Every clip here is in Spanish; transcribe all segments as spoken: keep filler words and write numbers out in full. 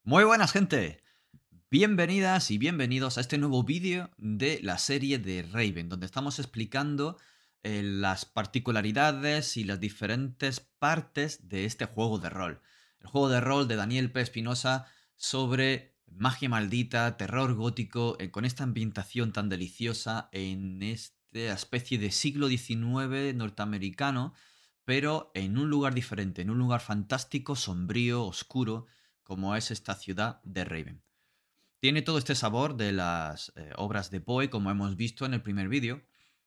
Muy buenas, gente. Bienvenidas y bienvenidos a este nuevo vídeo de la serie de Raven, donde estamos explicando eh, las particularidades y las diferentes partes de este juego de rol. El juego de rol de Daniel P. Espinosa sobre magia maldita, terror gótico, eh, con esta ambientación tan deliciosa en esta especie de siglo diecinueve norteamericano, pero en un lugar diferente, en un lugar fantástico, sombrío, oscuro, como es esta ciudad de Raven. Tiene todo este sabor de las eh, obras de Poe, como hemos visto en el primer vídeo.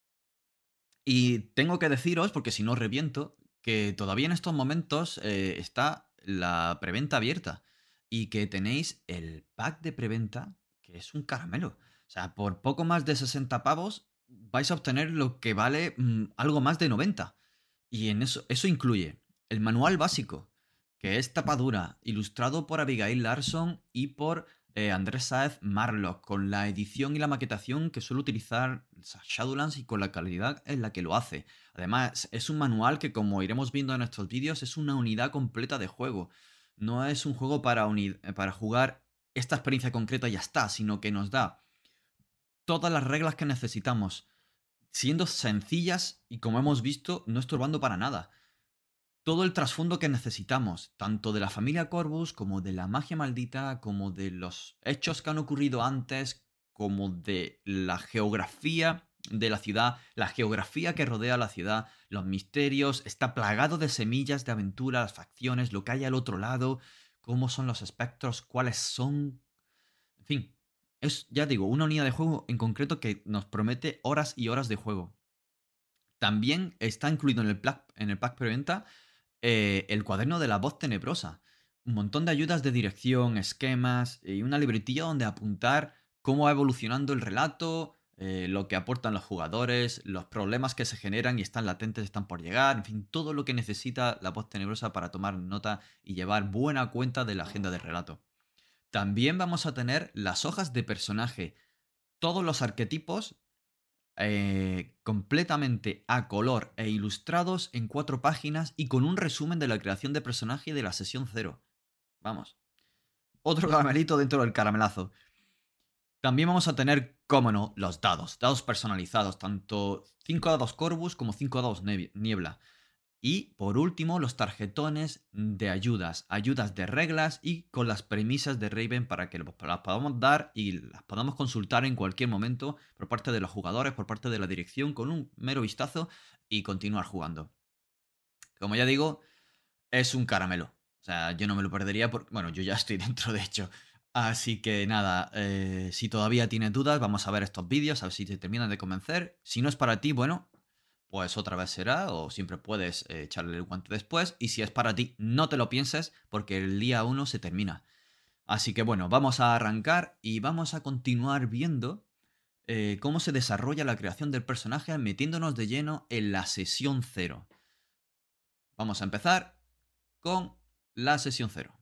Y tengo que deciros, porque si no reviento, que todavía en estos momentos eh, está la preventa abierta y que tenéis el pack de preventa, que es un caramelo. O sea, por poco más de sesenta pavos vais a obtener lo que vale mm, algo más de noventa. Y en eso, eso incluye el manual básico, que es tapadura, ilustrado por Abigail Larson y por eh, Andrés Sáez Marlock, con la edición y la maquetación que suele utilizar Shadowlands y con la calidad en la que lo hace. Además, es un manual que, como iremos viendo en estos vídeos, es una unidad completa de juego. No es un juego para, para jugar esta experiencia concreta y ya está, sino que nos da todas las reglas que necesitamos, siendo sencillas y, como hemos visto, no estorbando para nada. Todo el trasfondo que necesitamos, tanto de la familia Corvus, como de la magia maldita, como de los hechos que han ocurrido antes, como de la geografía de la ciudad, la geografía que rodea la ciudad, los misterios, está plagado de semillas de aventura, las facciones, lo que hay al otro lado, cómo son los espectros, cuáles son. En fin, es, ya digo, una unidad de juego en concreto que nos promete horas y horas de juego. También está incluido en el, pack, en el pack preventa eh, el cuaderno de la voz tenebrosa. Un montón de ayudas de dirección, esquemas y una libretilla donde apuntar cómo va evolucionando el relato, eh, lo que aportan los jugadores, los problemas que se generan y están latentes, están por llegar, en fin, todo lo que necesita la voz tenebrosa para tomar nota y llevar buena cuenta de la agenda del relato. También vamos a tener las hojas de personaje, todos los arquetipos eh, completamente a color e ilustrados en cuatro páginas y con un resumen de la creación de personaje de la sesión cero. Vamos. Otro caramelito dentro del caramelazo. También vamos a tener, cómo no, los dados. Dados personalizados, tanto cinco dados Corvus como cinco dados Niebla. Y por último, los tarjetones de ayudas, ayudas de reglas y con las premisas de Raven para que las podamos dar y las podamos consultar en cualquier momento por parte de los jugadores, por parte de la dirección, con un mero vistazo y continuar jugando. Como ya digo, es un caramelo. O sea, yo no me lo perdería porque, bueno, yo ya estoy dentro de hecho. Así que nada, eh, si todavía tienes dudas, vamos a ver estos vídeos, a ver si te terminan de convencer. Si no es para ti, bueno, pues otra vez será, o siempre puedes eh, echarle el guante después. Y si es para ti, no te lo pienses, porque el día uno se termina. Así que bueno, vamos a arrancar y vamos a continuar viendo eh, cómo se desarrolla la creación del personaje, metiéndonos de lleno en la sesión cero. Vamos a empezar con la sesión cero.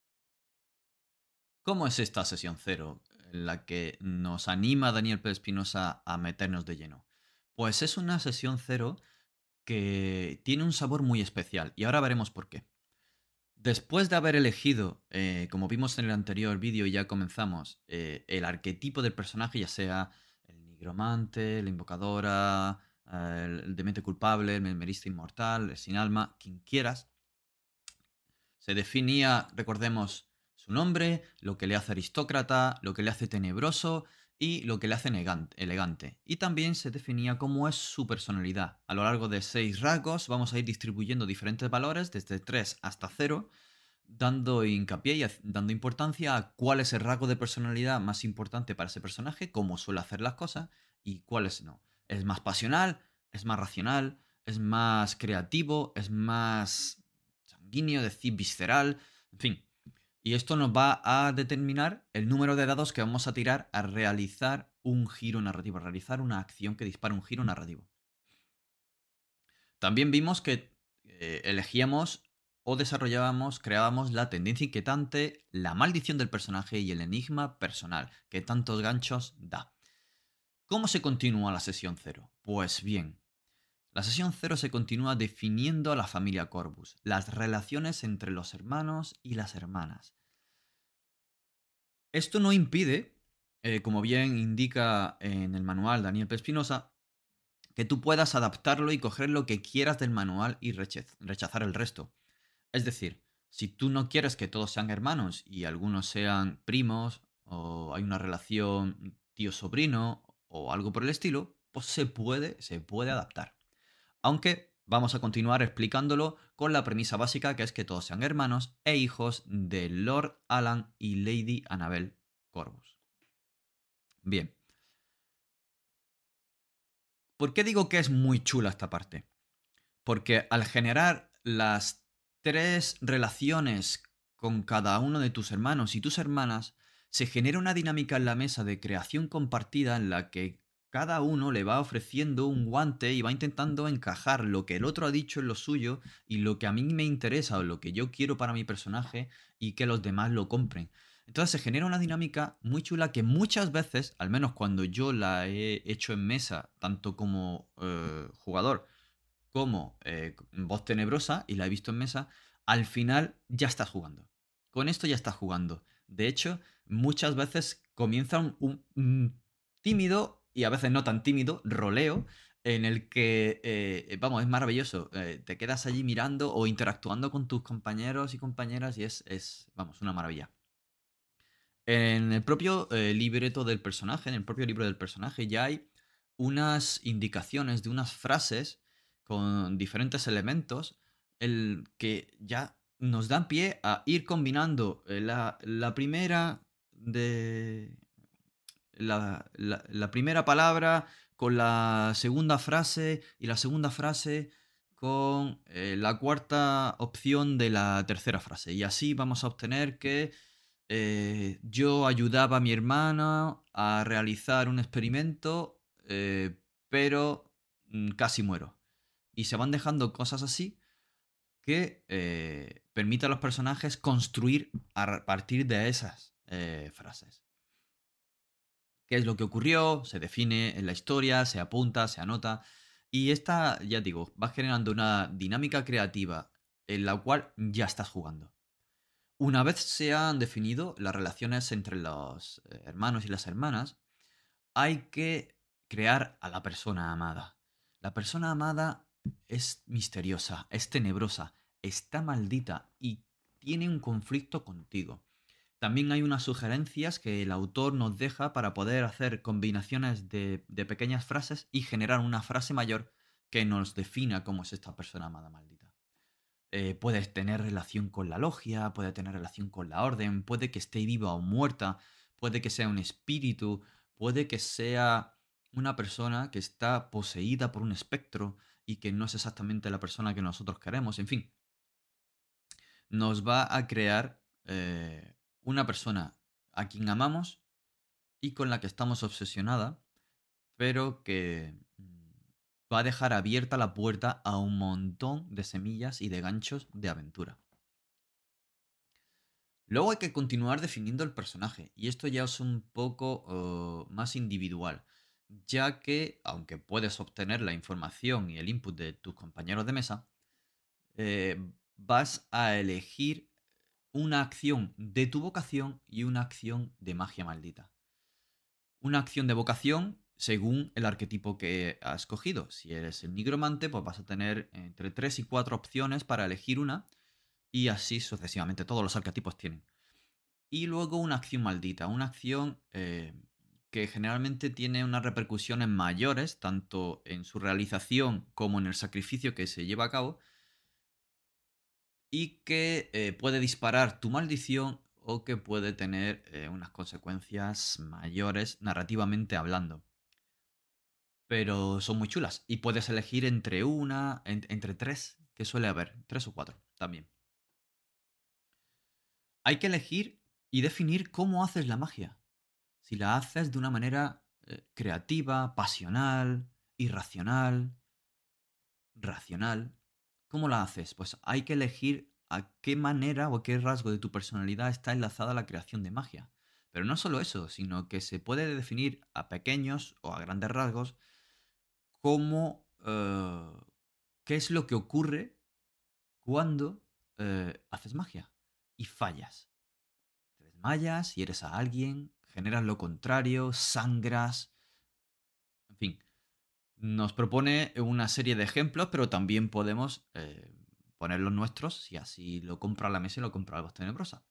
¿Cómo es esta sesión cero en la que nos anima Daniel P. Espinosa a meternos de lleno? Pues es una sesión cero que tiene un sabor muy especial y ahora veremos por qué. Después de haber elegido, eh, como vimos en el anterior vídeo y ya comenzamos, eh, el arquetipo del personaje, ya sea el nigromante, la invocadora, eh, el demente culpable, el mesmerista inmortal, el sin alma, quien quieras, se definía, recordemos, su nombre, lo que le hace aristócrata, lo que le hace tenebroso y lo que le hace elegante. Y también se definía cómo es su personalidad. A lo largo de seis rasgos vamos a ir distribuyendo diferentes valores, desde tres hasta cero, dando hincapié y dando importancia a cuál es el rasgo de personalidad más importante para ese personaje, cómo suele hacer las cosas y cuáles no. ¿Es más pasional? ¿Es más racional? ¿Es más creativo? ¿Es más sanguíneo, es decir, visceral? En fin. Y esto nos va a determinar el número de dados que vamos a tirar a realizar un giro narrativo, a realizar una acción que dispara un giro narrativo. También vimos que eh, elegíamos o desarrollábamos, creábamos la tendencia inquietante, la maldición del personaje y el enigma personal, que tantos ganchos da. ¿Cómo se continúa la sesión cero? Pues bien, la sesión cero se continúa definiendo a la familia Corvus, las relaciones entre los hermanos y las hermanas. Esto no impide, eh, como bien indica en el manual Daniel P. Espinosa, que tú puedas adaptarlo y coger lo que quieras del manual y rechaz- rechazar el resto. Es decir, si tú no quieres que todos sean hermanos y algunos sean primos, o hay una relación tío-sobrino o algo por el estilo, pues se puede, se puede adaptar. Aunque vamos a continuar explicándolo con la premisa básica, que es que todos sean hermanos e hijos de Lord Alan y Lady Annabel Corvus. Bien, ¿por qué digo que es muy chula esta parte? Porque al generar las tres relaciones con cada uno de tus hermanos y tus hermanas, se genera una dinámica en la mesa de creación compartida en la que cada uno le va ofreciendo un guante y va intentando encajar lo que el otro ha dicho en lo suyo y lo que a mí me interesa o lo que yo quiero para mi personaje y que los demás lo compren. Entonces se genera una dinámica muy chula que muchas veces, al menos cuando yo la he hecho en mesa, tanto como eh, jugador, como eh, voz tenebrosa y la he visto en mesa, al final ya estás jugando. Con esto ya estás jugando. De hecho, muchas veces comienza un, un- un tímido y a veces no tan tímido roleo en el que, eh, vamos, es maravilloso. Eh, te quedas allí mirando o interactuando con tus compañeros y compañeras y es, es vamos, una maravilla. En el propio eh, libreto del personaje, en el propio libro del personaje, ya hay unas indicaciones de unas frases con diferentes elementos el que ya nos dan pie a ir combinando eh, la, la primera de la, la- la primera palabra con la segunda frase y la segunda frase con eh, la cuarta opción de la tercera frase. Y así vamos a obtener que eh, yo ayudaba a mi hermana a realizar un experimento, eh, pero mm, casi muero. Y se van dejando cosas así que eh, permiten a los personajes construir a partir de esas eh, frases. ¿Qué es lo que ocurrió? Se define en la historia, se apunta, se anota. Y esta, ya digo, va generando una dinámica creativa en la cual ya estás jugando. Una vez se han definido las relaciones entre los eh, hermanos y las hermanas, hay que crear a la persona amada. La persona amada es misteriosa, es tenebrosa, está maldita y tiene un conflicto contigo. También hay unas sugerencias que el autor nos deja para poder hacer combinaciones de, de pequeñas frases y generar una frase mayor que nos defina cómo es esta persona amada maldita. Eh, puede tener relación con la logia, puede tener relación con la orden, puede que esté viva o muerta, puede que sea un espíritu, puede que sea una persona que está poseída por un espectro y que no es exactamente la persona que nosotros queremos. En fin, nos va a crear eh, una persona a quien amamos y con la que estamos obsesionada, pero que mm, va a dejar abierta la puerta a un montón de semillas y de ganchos de aventura. Luego hay que continuar definiendo el personaje, y esto ya es un poco eh, más individual, ya que, aunque puedes obtener la información y el input de tus compañeros de mesa, eh, vas a elegir una acción de tu vocación y una acción de magia maldita. Una acción de vocación según el arquetipo que has cogido. Si eres el nigromante, pues vas a tener entre tres y cuatro opciones para elegir una, y así sucesivamente. Todos los arquetipos tienen. Y luego una acción maldita, una acción eh, que generalmente tiene unas repercusiones mayores, tanto en su realización como en el sacrificio que se lleva a cabo, y que eh, puede disparar tu maldición o que puede tener eh, unas consecuencias mayores narrativamente hablando. Pero son muy chulas y puedes elegir entre una, en- entre tres, que suele haber, tres o cuatro también. Hay que elegir y definir cómo haces la magia. Si la haces de una manera eh, creativa, pasional, irracional, racional, ¿cómo la haces? Pues hay que elegir a qué manera o a qué rasgo de tu personalidad está enlazada la creación de magia. Pero no solo eso, sino que se puede definir a pequeños o a grandes rasgos cómo, eh, qué es lo que ocurre cuando eh, haces magia y fallas. desmayas, hieres a alguien, generas lo contrario, sangras, en fin. Nos propone una serie de ejemplos, pero también podemos eh, poner los nuestros si así lo compra la mesa y lo compra la voz tenebrosa.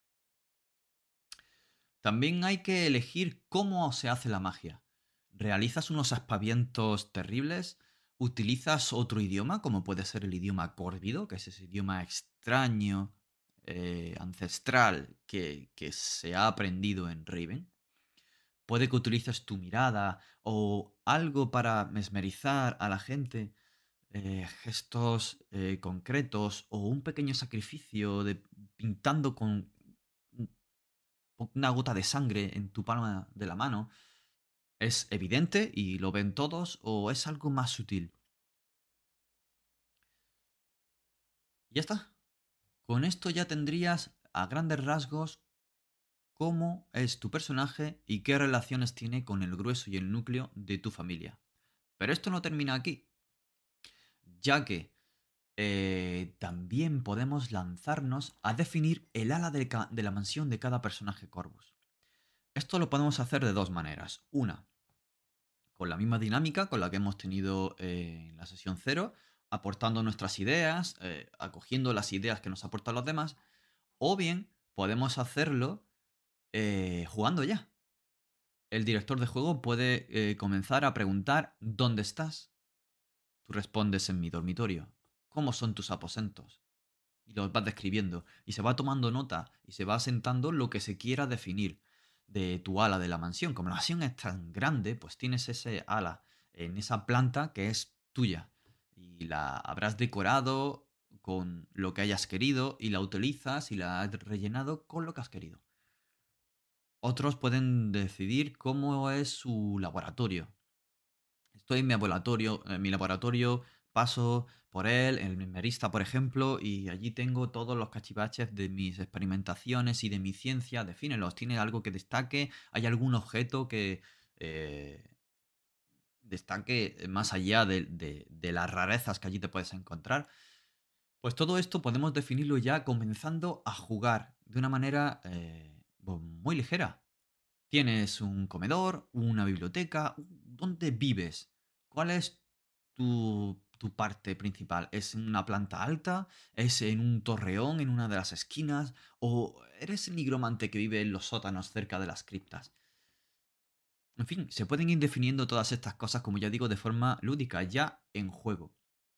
También hay que elegir cómo se hace la magia. ¿Realizas unos aspavientos terribles? ¿Utilizas otro idioma, como puede ser el idioma córvido, que es ese idioma extraño, eh, ancestral, que, que se ha aprendido en Raven? Puede que utilices tu mirada o algo para mesmerizar a la gente, eh, gestos eh, concretos o un pequeño sacrificio de pintando con una gota de sangre en tu palma de la mano. ¿Es evidente y lo ven todos o es algo más sutil? Y ya está. Con esto ya tendrías a grandes rasgos cómo es tu personaje y qué relaciones tiene con el grueso y el núcleo de tu familia. Pero esto no termina aquí, ya que eh, también podemos lanzarnos a definir el ala de, ca- de la mansión de cada personaje Corvus. Esto lo podemos hacer de dos maneras. Una, con la misma dinámica con la que hemos tenido eh, en la sesión cero, aportando nuestras ideas, eh, acogiendo las ideas que nos aportan los demás, o bien podemos hacerlo eh, jugando ya. El director de juego puede eh, comenzar a preguntar ¿dónde estás? Tú respondes en mi dormitorio. ¿Cómo son tus aposentos? Y los vas describiendo. Y se va tomando nota y se va asentando lo que se quiera definir de tu ala de la mansión. Como la mansión es tan grande, pues tienes ese ala en esa planta que es tuya. Y la habrás decorado con lo que hayas querido y la utilizas y la has rellenado con lo que has querido. Otros pueden decidir cómo es su laboratorio. Estoy en mi laboratorio, en mi laboratorio, paso por él, en el mimerista, por ejemplo, y allí tengo todos los cachivaches de mis experimentaciones y de mi ciencia. Defínelos. ¿Tiene algo que destaque? ¿Hay algún objeto que eh, destaque más allá de, de- de las rarezas que allí te puedes encontrar? Pues todo esto podemos definirlo ya comenzando a jugar de una manera eh, pues muy ligera. ¿Tienes un comedor, una biblioteca? ¿Dónde vives? ¿Cuál es tu, tu parte principal? ¿Es en una planta alta? ¿Es en un torreón en una de las esquinas? ¿O eres el nigromante que vive en los sótanos cerca de las criptas? En fin, se pueden ir definiendo todas estas cosas, como ya digo, de forma lúdica, ya en juego.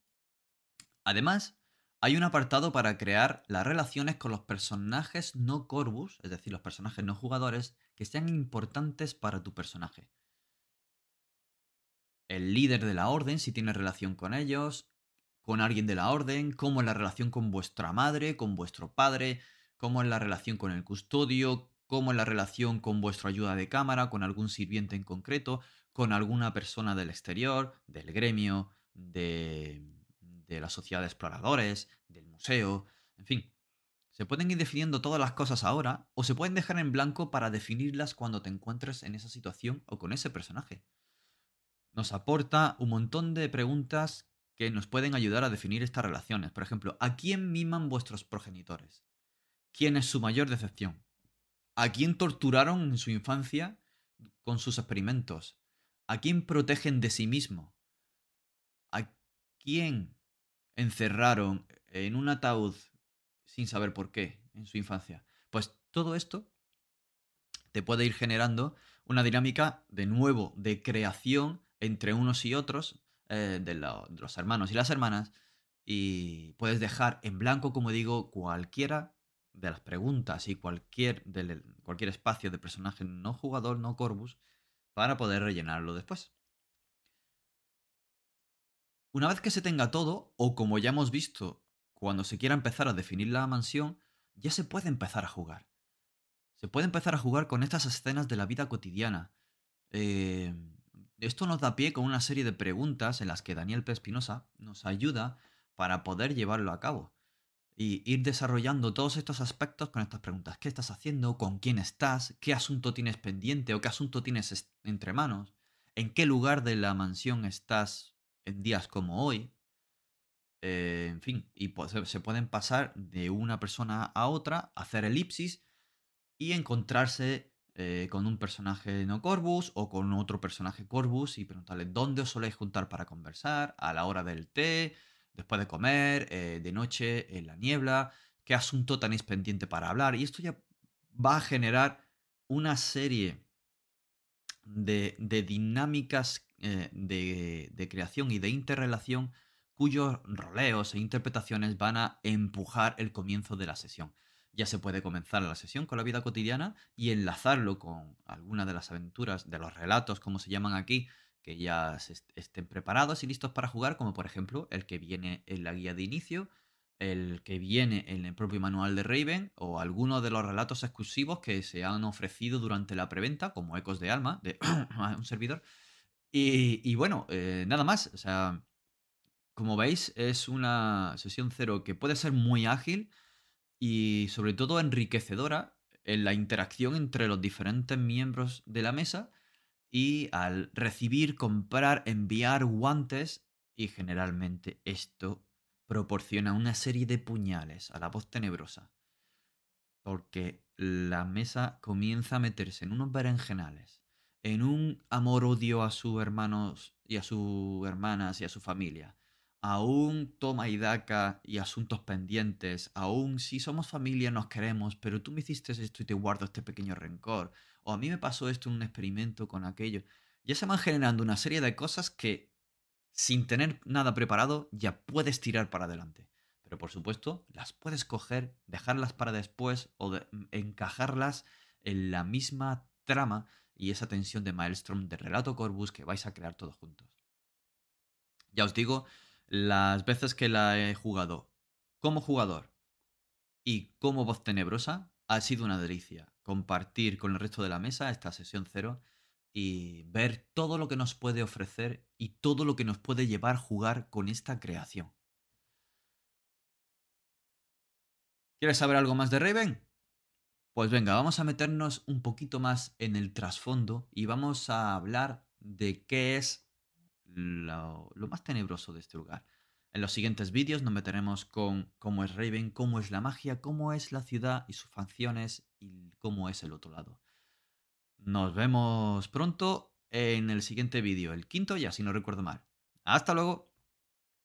Además, hay un apartado para crear las relaciones con los personajes no Corvus, es decir, los personajes no jugadores, que sean importantes para tu personaje. El líder de la orden, si tiene relación con ellos, con alguien de la orden, cómo es la relación con vuestra madre, con vuestro padre, cómo es la relación con el custodio, cómo es la relación con vuestra ayuda de cámara, con algún sirviente en concreto, con alguna persona del exterior, del gremio, de, de la sociedad de exploradores, del museo, en fin. Se pueden ir definiendo todas las cosas ahora o se pueden dejar en blanco para definirlas cuando te encuentres en esa situación o con ese personaje. Nos aporta un montón de preguntas que nos pueden ayudar a definir estas relaciones. Por ejemplo, ¿a quién miman vuestros progenitores? ¿Quién es su mayor decepción? ¿A quién torturaron en su infancia con sus experimentos? ¿A quién protegen de sí mismo? ¿A quién encerraron en un ataúd sin saber por qué en su infancia? Pues todo esto te puede ir generando una dinámica de nuevo de creación entre unos y otros, eh, de, lo- de los hermanos y las hermanas, y puedes dejar en blanco, como digo, cualquiera de las preguntas y cualquier, del- cualquier espacio de personaje no jugador, no Corvus, para poder rellenarlo después. Una vez que se tenga todo, o como ya hemos visto, cuando se quiera empezar a definir la mansión, ya se puede empezar a jugar. Se puede empezar a jugar con estas escenas de la vida cotidiana. Eh, Esto nos da pie con una serie de preguntas en las que Daniel P. Espinosa nos ayuda para poder llevarlo a cabo y ir desarrollando todos estos aspectos con estas preguntas. ¿Qué estás haciendo? ¿Con quién estás? ¿Qué asunto tienes pendiente o qué asunto tienes est- entre manos? ¿En qué lugar de la mansión estás en días como hoy? Eh, en fin, y pues, se se pueden pasar de una persona a otra, hacer elipsis y encontrarse eh, con un personaje no Corvus o con otro personaje Corvus y preguntarle dónde os soléis juntar para conversar, a la hora del té, después de comer, eh, de noche, en la niebla, qué asunto tenéis pendiente para hablar. Y esto ya va a generar una serie de, de dinámicas eh, de, de creación y de interrelación cuyos roleos e interpretaciones van a empujar el comienzo de la sesión. Ya se puede comenzar la sesión con la vida cotidiana y enlazarlo con alguna de las aventuras, de los relatos, como se llaman aquí, que ya se est- estén preparados y listos para jugar, como por ejemplo el que viene en la guía de inicio, el que viene en el propio manual de Raven o algunos de los relatos exclusivos que se han ofrecido durante la preventa, como Ecos de Alma, de un servidor. Y, y bueno, eh, nada más. O sea, como veis, es una sesión cero que puede ser muy ágil y sobre todo enriquecedora en la interacción entre los diferentes miembros de la mesa y al recibir, comprar, enviar guantes y generalmente esto proporciona una serie de puñales a la voz tenebrosa porque la mesa comienza a meterse en unos berenjenales, en un amor-odio a sus hermanos y a sus hermanas y a su familia, a un toma y daca y asuntos pendientes, a un si somos familia nos queremos, pero tú me hiciste esto y te guardo este pequeño rencor, o a mí me pasó esto en un experimento con aquello. Ya se van generando una serie de cosas que sin tener nada preparado, ya puedes tirar para adelante. Pero por supuesto, las puedes coger, dejarlas para después o de- mm, encajarlas en la misma trama y esa tensión de Maelstrom de relato Corvus que vais a crear todos juntos. Ya os digo, las veces que la he jugado como jugador y como voz tenebrosa, ha sido una delicia compartir con el resto de la mesa esta sesión cero y ver todo lo que nos puede ofrecer y todo lo que nos puede llevar a jugar con esta creación. ¿Quieres saber algo más de Raven? Pues venga, vamos a meternos un poquito más en el trasfondo y vamos a hablar de qué es lo, lo más tenebroso de este lugar. En los siguientes vídeos nos meteremos con cómo es Raven, cómo es la magia, cómo es la ciudad y sus facciones y cómo es el otro lado. Nos vemos pronto en el siguiente vídeo, el quinto ya si no recuerdo mal. Hasta luego.